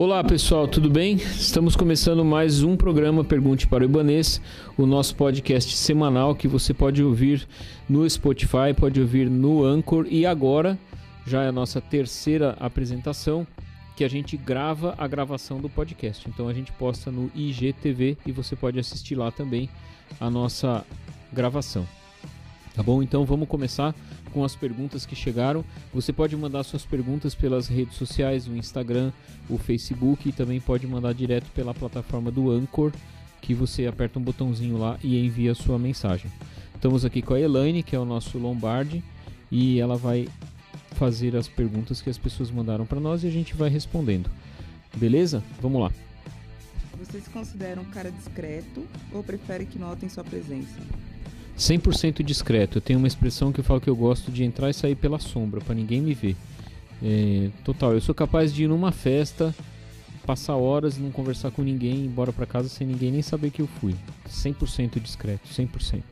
Olá pessoal, tudo bem? Estamos começando mais um programa Pergunte para o Ibanez, o nosso podcast semanal que você pode ouvir no Spotify, pode ouvir no Anchor e agora já é a nossa terceira apresentação que a gente grava a gravação do podcast. Então a gente posta no IGTV e você pode assistir lá também a nossa gravação. Tá bom? Então vamos começar com as perguntas que chegaram. Você pode mandar suas perguntas pelas redes sociais, o Instagram, o Facebook e também pode mandar direto pela plataforma do Anchor, que você aperta um botãozinho lá e envia a sua mensagem. Estamos aqui com a Elaine, que é o nosso Lombardi, e ela vai fazer as perguntas que as pessoas mandaram para nós e a gente vai respondendo. Beleza? Vamos lá. Você se considera um cara discreto ou prefere que notem sua presença? 100% discreto. Eu tenho uma expressão que eu falo que eu gosto de entrar e sair pela sombra, para ninguém me ver. Total, eu sou capaz de ir numa festa, passar horas e não conversar com ninguém, ir embora para casa sem ninguém nem saber que eu fui. 100% discreto, 100%.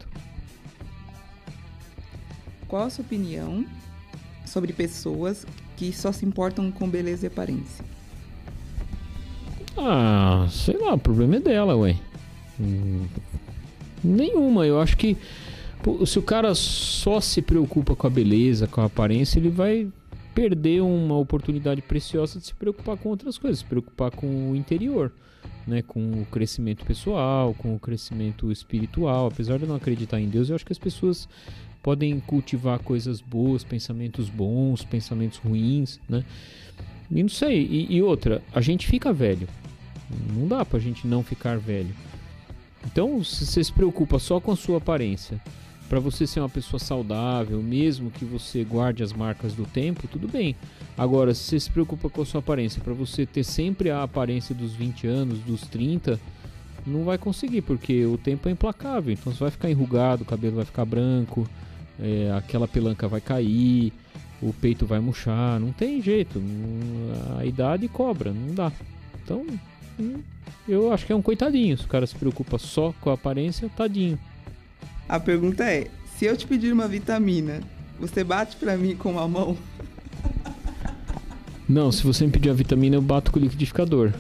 Qual a sua opinião sobre pessoas que só se importam com beleza e aparência? Ah, sei lá, o problema é dela, ué. Nenhuma, eu acho que se o cara só se preocupa com a beleza, com a aparência, ele vai perder uma oportunidade preciosa de se preocupar com outras coisas, se preocupar com o interior, né? Com o crescimento pessoal, com o crescimento espiritual. Apesar de eu não acreditar em Deus, eu acho que as pessoas podem cultivar coisas boas, pensamentos bons, pensamentos ruins, né? E não sei, e outra, a gente fica velho, não dá pra gente não ficar velho. Então, se você se preocupa só com a sua aparência, para você ser uma pessoa saudável, mesmo que você guarde as marcas do tempo, tudo bem. Agora, se você se preocupa com a sua aparência, para você ter sempre a aparência dos 20 anos, dos 30, não vai conseguir, porque o tempo é implacável. Então, você vai ficar enrugado, o cabelo vai ficar branco, aquela pelanca vai cair, o peito vai murchar, não tem jeito. A idade cobra, não dá. Então, eu acho que é um coitadinho. Se o cara se preocupa só com a aparência, tadinho. A pergunta é, se eu te pedir uma vitamina, você bate pra mim com uma mão? Não, se você me pedir a vitamina, eu bato com o liquidificador.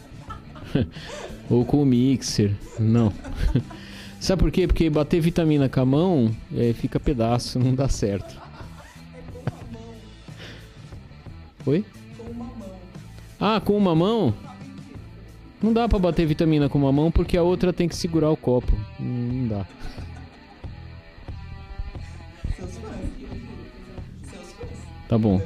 Ou com o mixer. Não. Sabe por quê? Porque bater vitamina com a mão fica pedaço, não dá certo. É com uma mão. Oi? Com uma mão. Ah, com uma mão? Não dá pra bater vitamina com uma mão porque a outra tem que segurar o copo. Não dá. Tá bom.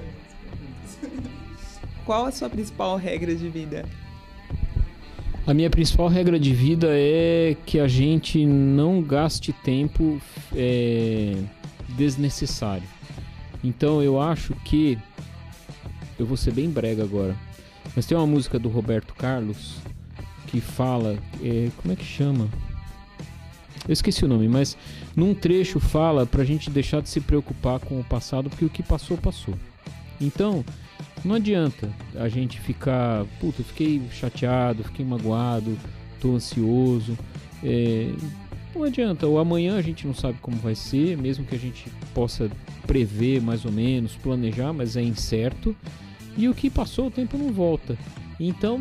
Qual a sua principal regra de vida? A minha principal regra de vida é que a gente não gaste tempo desnecessário. Então eu acho que... Eu vou ser bem brega agora. Mas tem uma música do Roberto Carlos que fala... como é que chama? Eu esqueci o nome, mas num trecho fala pra gente deixar de se preocupar com o passado, porque o que passou, passou. Então, não adianta a gente ficar... Puta, eu fiquei chateado, fiquei magoado, tô ansioso. Não adianta, o amanhã a gente não sabe como vai ser, mesmo que a gente possa prever mais ou menos, planejar, mas é incerto. E o que passou, o tempo não volta. Então,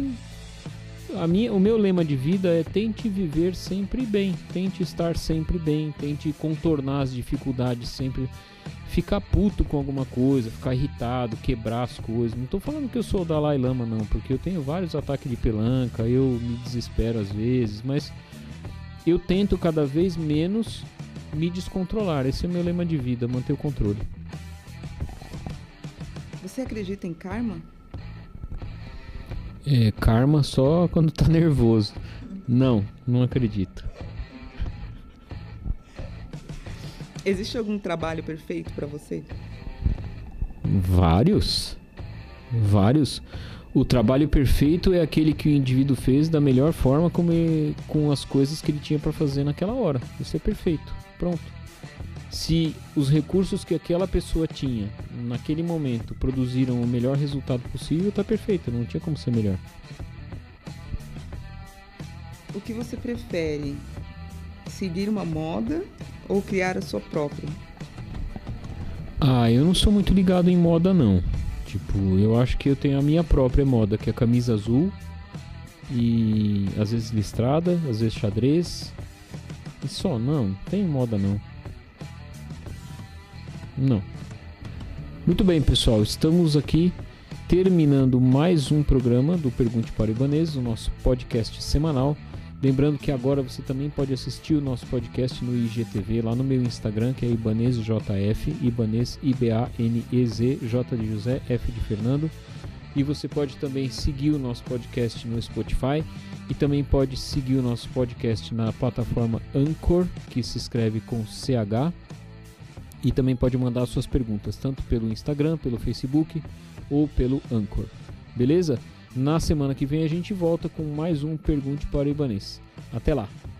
o meu lema de vida é tente viver sempre bem, tente estar sempre bem, tente contornar as dificuldades sempre, ficar puto com alguma coisa, ficar irritado, quebrar as coisas. Não tô falando que eu sou o Dalai Lama não, porque eu tenho vários ataques de pelanca, eu me desespero às vezes, mas eu tento cada vez menos me descontrolar. Esse é o meu lema de vida, manter o controle. Você acredita em karma? Karma só quando tá nervoso. Não acredito. Existe algum trabalho perfeito pra você? Vários. O trabalho perfeito é aquele que o indivíduo fez da melhor forma com as coisas que ele tinha pra fazer naquela hora. Isso é perfeito. Pronto. Se os recursos que aquela pessoa tinha naquele momento produziram o melhor resultado possível, tá perfeito, não tinha como ser melhor. O que você prefere? Seguir uma moda ou criar a sua própria? Eu não sou muito ligado em moda não. Tipo, eu acho que eu tenho a minha própria moda, que é a camisa azul e às vezes listrada, às vezes xadrez. E só, não tem moda não. Muito bem, pessoal, estamos aqui terminando mais um programa do Pergunte para o Ibanez, o nosso podcast semanal. Lembrando que agora você também pode assistir o nosso podcast no IGTV, lá no meu Instagram, que é IbanezJF, Ibanez, I-B-A-N-E-Z, J de José, F de Fernando. E você pode também seguir o nosso podcast no Spotify e também pode seguir o nosso podcast na plataforma Anchor, que se escreve com CH. E também pode mandar suas perguntas, tanto pelo Instagram, pelo Facebook ou pelo Anchor. Beleza? Na semana que vem a gente volta com mais um Pergunte para o Ibanez. Até lá!